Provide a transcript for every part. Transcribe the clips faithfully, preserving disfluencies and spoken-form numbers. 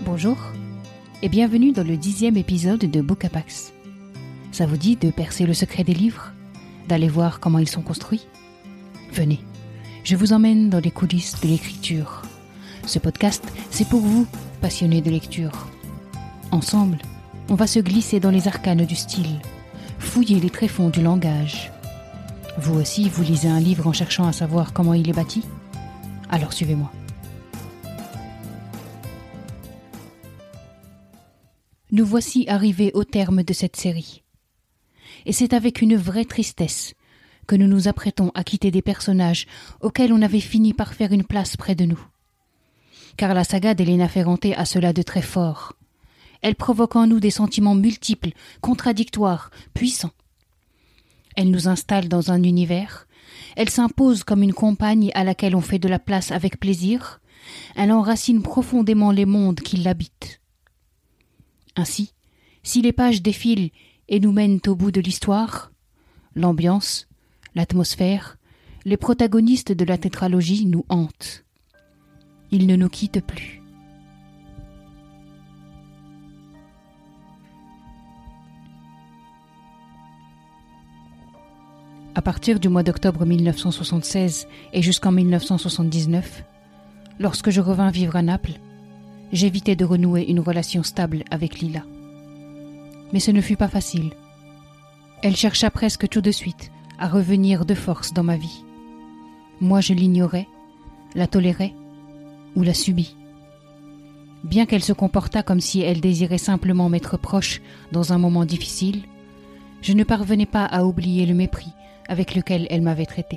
Bonjour et bienvenue dans le dixième épisode de Bookapax. Ça vous dit de percer le secret des livres, d'aller voir comment ils sont construits ? Venez, je vous emmène dans les coulisses de l'écriture. Ce podcast, c'est pour vous, passionnés de lecture. Ensemble, on va se glisser dans les arcanes du style, fouiller les tréfonds du langage. Vous aussi, vous lisez un livre en cherchant à savoir comment il est bâti ? Alors suivez-moi. Nous voici arrivés au terme de cette série. Et c'est avec une vraie tristesse que nous nous apprêtons à quitter des personnages auxquels on avait fini par faire une place près de nous. Car la saga d'Elena Ferrante a cela de très fort. Elle provoque en nous des sentiments multiples, contradictoires, puissants. Elle nous installe dans un univers, elle s'impose comme une compagne à laquelle on fait de la place avec plaisir, elle enracine profondément les mondes qui l'habitent. Ainsi, si les pages défilent et nous mènent au bout de l'histoire, l'ambiance, l'atmosphère, les protagonistes de la tétralogie nous hantent. Ils ne nous quittent plus. À partir du mois d'octobre mille neuf cent soixante-seize et jusqu'en mille neuf cent soixante-dix-neuf, lorsque je revins vivre à Naples, j'évitais de renouer une relation stable avec Lila. Mais ce ne fut pas facile. Elle chercha presque tout de suite à revenir de force dans ma vie. Moi, je l'ignorais, la tolérais ou la subis. Bien qu'elle se comportât comme si elle désirait simplement m'être proche dans un moment difficile, je ne parvenais pas à oublier le mépris avec lequel elle m'avait traité.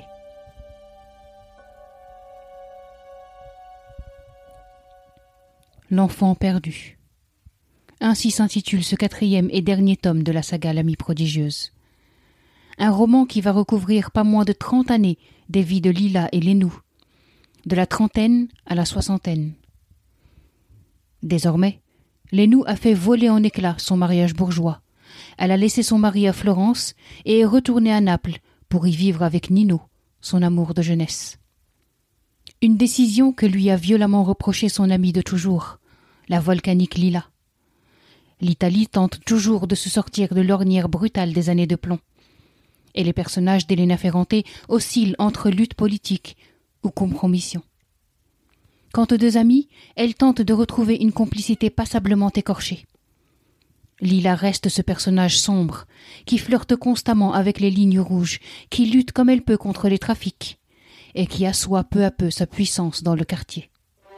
L'enfant perdu. Ainsi s'intitule ce quatrième et dernier tome de la saga L'Amie prodigieuse. Un roman qui va recouvrir pas moins de trente années des vies de Lila et Lénou, de la trentaine à la soixantaine. Désormais, Lénou a fait voler en éclats son mariage bourgeois. Elle a laissé son mari à Florence et est retournée à Naples pour y vivre avec Nino, son amour de jeunesse. Une décision que lui a violemment reproché son ami de toujours, la volcanique Lila. L'Italie tente toujours de se sortir de l'ornière brutale des années de plomb. Et les personnages d'Elena Ferrante oscillent entre lutte politique ou compromission. Quant aux deux amies, elles tentent de retrouver une complicité passablement écorchée. Lila reste ce personnage sombre, qui flirte constamment avec les lignes rouges, qui lutte comme elle peut contre les trafics, et qui assoit peu à peu sa puissance dans le quartier.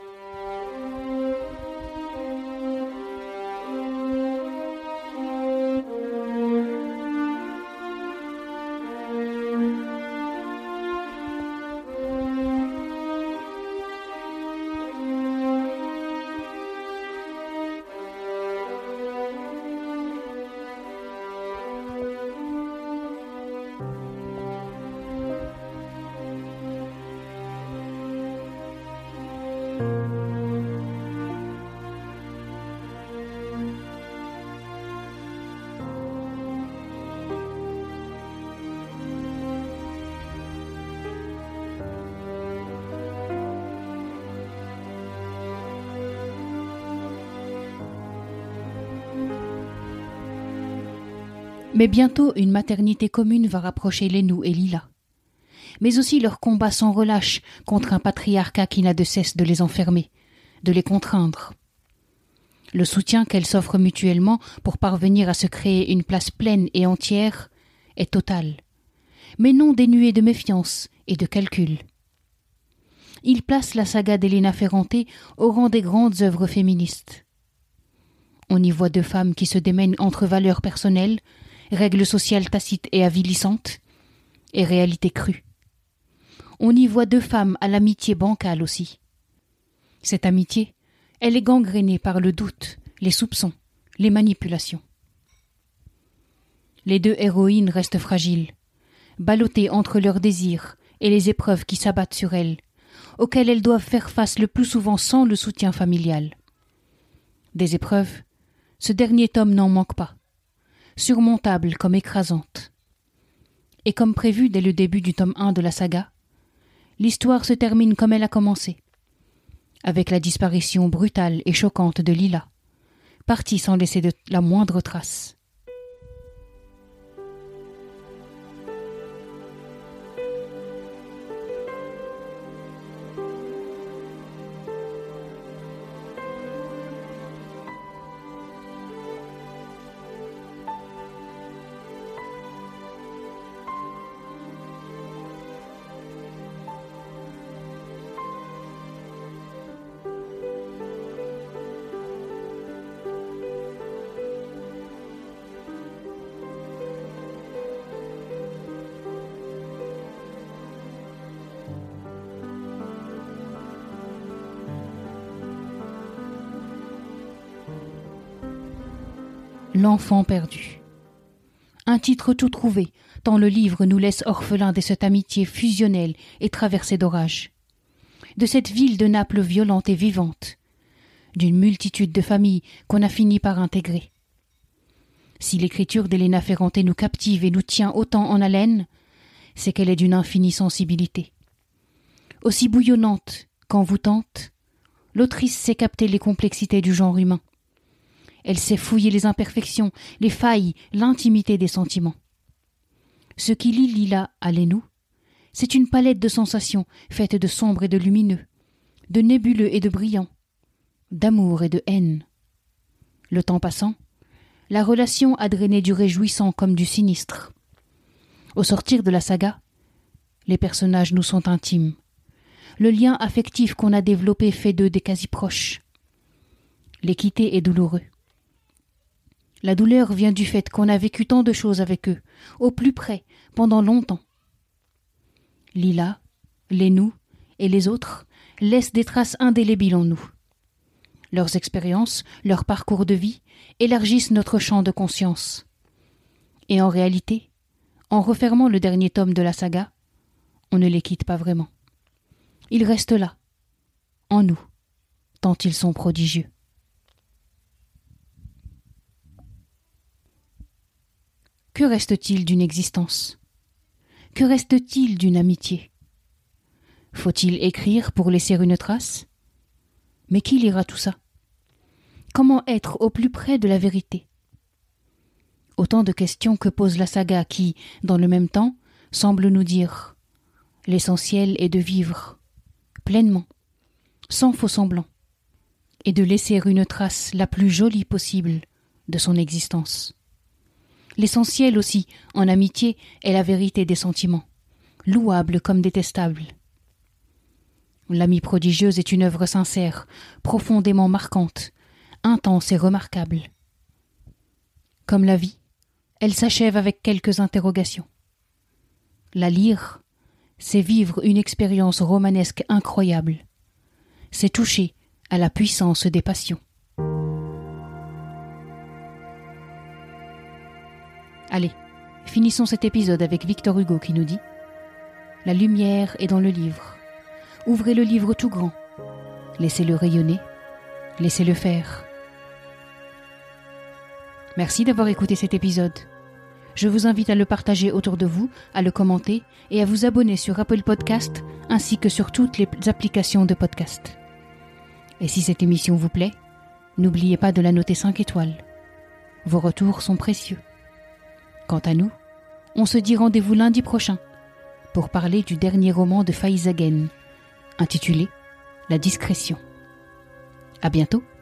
Mais bientôt, une maternité commune va rapprocher Lénou et Lila. Mais aussi leur combat sans relâche contre un patriarcat qui n'a de cesse de les enfermer, de les contraindre. Le soutien qu'elles s'offrent mutuellement pour parvenir à se créer une place pleine et entière est total, mais non dénué de méfiance et de calcul. Il place la saga d'Elena Ferrante au rang des grandes œuvres féministes. On y voit deux femmes qui se démènent entre valeurs personnelles, règles sociales tacites et avilissantes, et réalité crue. On y voit deux femmes à l'amitié bancale aussi. Cette amitié, elle est gangrénée par le doute, les soupçons, les manipulations. Les deux héroïnes restent fragiles, ballottées entre leurs désirs et les épreuves qui s'abattent sur elles, auxquelles elles doivent faire face le plus souvent sans le soutien familial. Des épreuves, ce dernier tome n'en manque pas, surmontable comme écrasante. Et comme prévu dès le début du tome un de la saga, l'histoire se termine comme elle a commencé, avec la disparition brutale et choquante de Lila, partie sans laisser de la moindre trace. L'enfant perdu. Un titre tout trouvé, tant le livre nous laisse orphelins de cette amitié fusionnelle et traversée d'orages. De cette ville de Naples violente et vivante, d'une multitude de familles qu'on a fini par intégrer. Si l'écriture d'Elena Ferrante nous captive et nous tient autant en haleine, c'est qu'elle est d'une infinie sensibilité. Aussi bouillonnante qu'envoûtante, l'autrice sait capter les complexités du genre humain. Elle sait fouiller les imperfections, les failles, l'intimité des sentiments. Ce qui lie Lila à Lénou, c'est une palette de sensations faite de sombre et de lumineux, de nébuleux et de brillant, d'amour et de haine. Le temps passant, la relation a drainé du réjouissant comme du sinistre. Au sortir de la saga, les personnages nous sont intimes. Le lien affectif qu'on a développé fait d'eux des quasi proches. Les quitter est douloureux. La douleur vient du fait qu'on a vécu tant de choses avec eux, au plus près, pendant longtemps. Lila, Lénou et les autres laissent des traces indélébiles en nous. Leurs expériences, leur parcours de vie élargissent notre champ de conscience. Et en réalité, en refermant le dernier tome de la saga, on ne les quitte pas vraiment. Ils restent là, en nous, tant ils sont prodigieux. Que reste-t-il d'une existence? Que reste-t-il d'une amitié? Faut-il écrire pour laisser une trace? Mais qui lira tout ça? Comment être au plus près de la vérité? Autant de questions que pose la saga qui, dans le même temps, semble nous dire « L'essentiel est de vivre, pleinement, sans faux-semblant, et de laisser une trace la plus jolie possible de son existence. » L'essentiel aussi, en amitié, est la vérité des sentiments, louable comme détestable. L'amie prodigieuse est une œuvre sincère, profondément marquante, intense et remarquable. Comme la vie, elle s'achève avec quelques interrogations. La lire, c'est vivre une expérience romanesque incroyable. C'est toucher à la puissance des passions. Allez, finissons cet épisode avec Victor Hugo qui nous dit « La lumière est dans le livre. Ouvrez le livre tout grand. Laissez-le rayonner. Laissez-le faire. » Merci d'avoir écouté cet épisode. Je vous invite à le partager autour de vous, à le commenter et à vous abonner sur Apple Podcast ainsi que sur toutes les applications de podcast. Et si cette émission vous plaît, n'oubliez pas de la noter cinq étoiles. Vos retours sont précieux. Quant à nous, on se dit rendez-vous lundi prochain pour parler du dernier roman de Faiza Guène, intitulé « La discrétion ». À bientôt.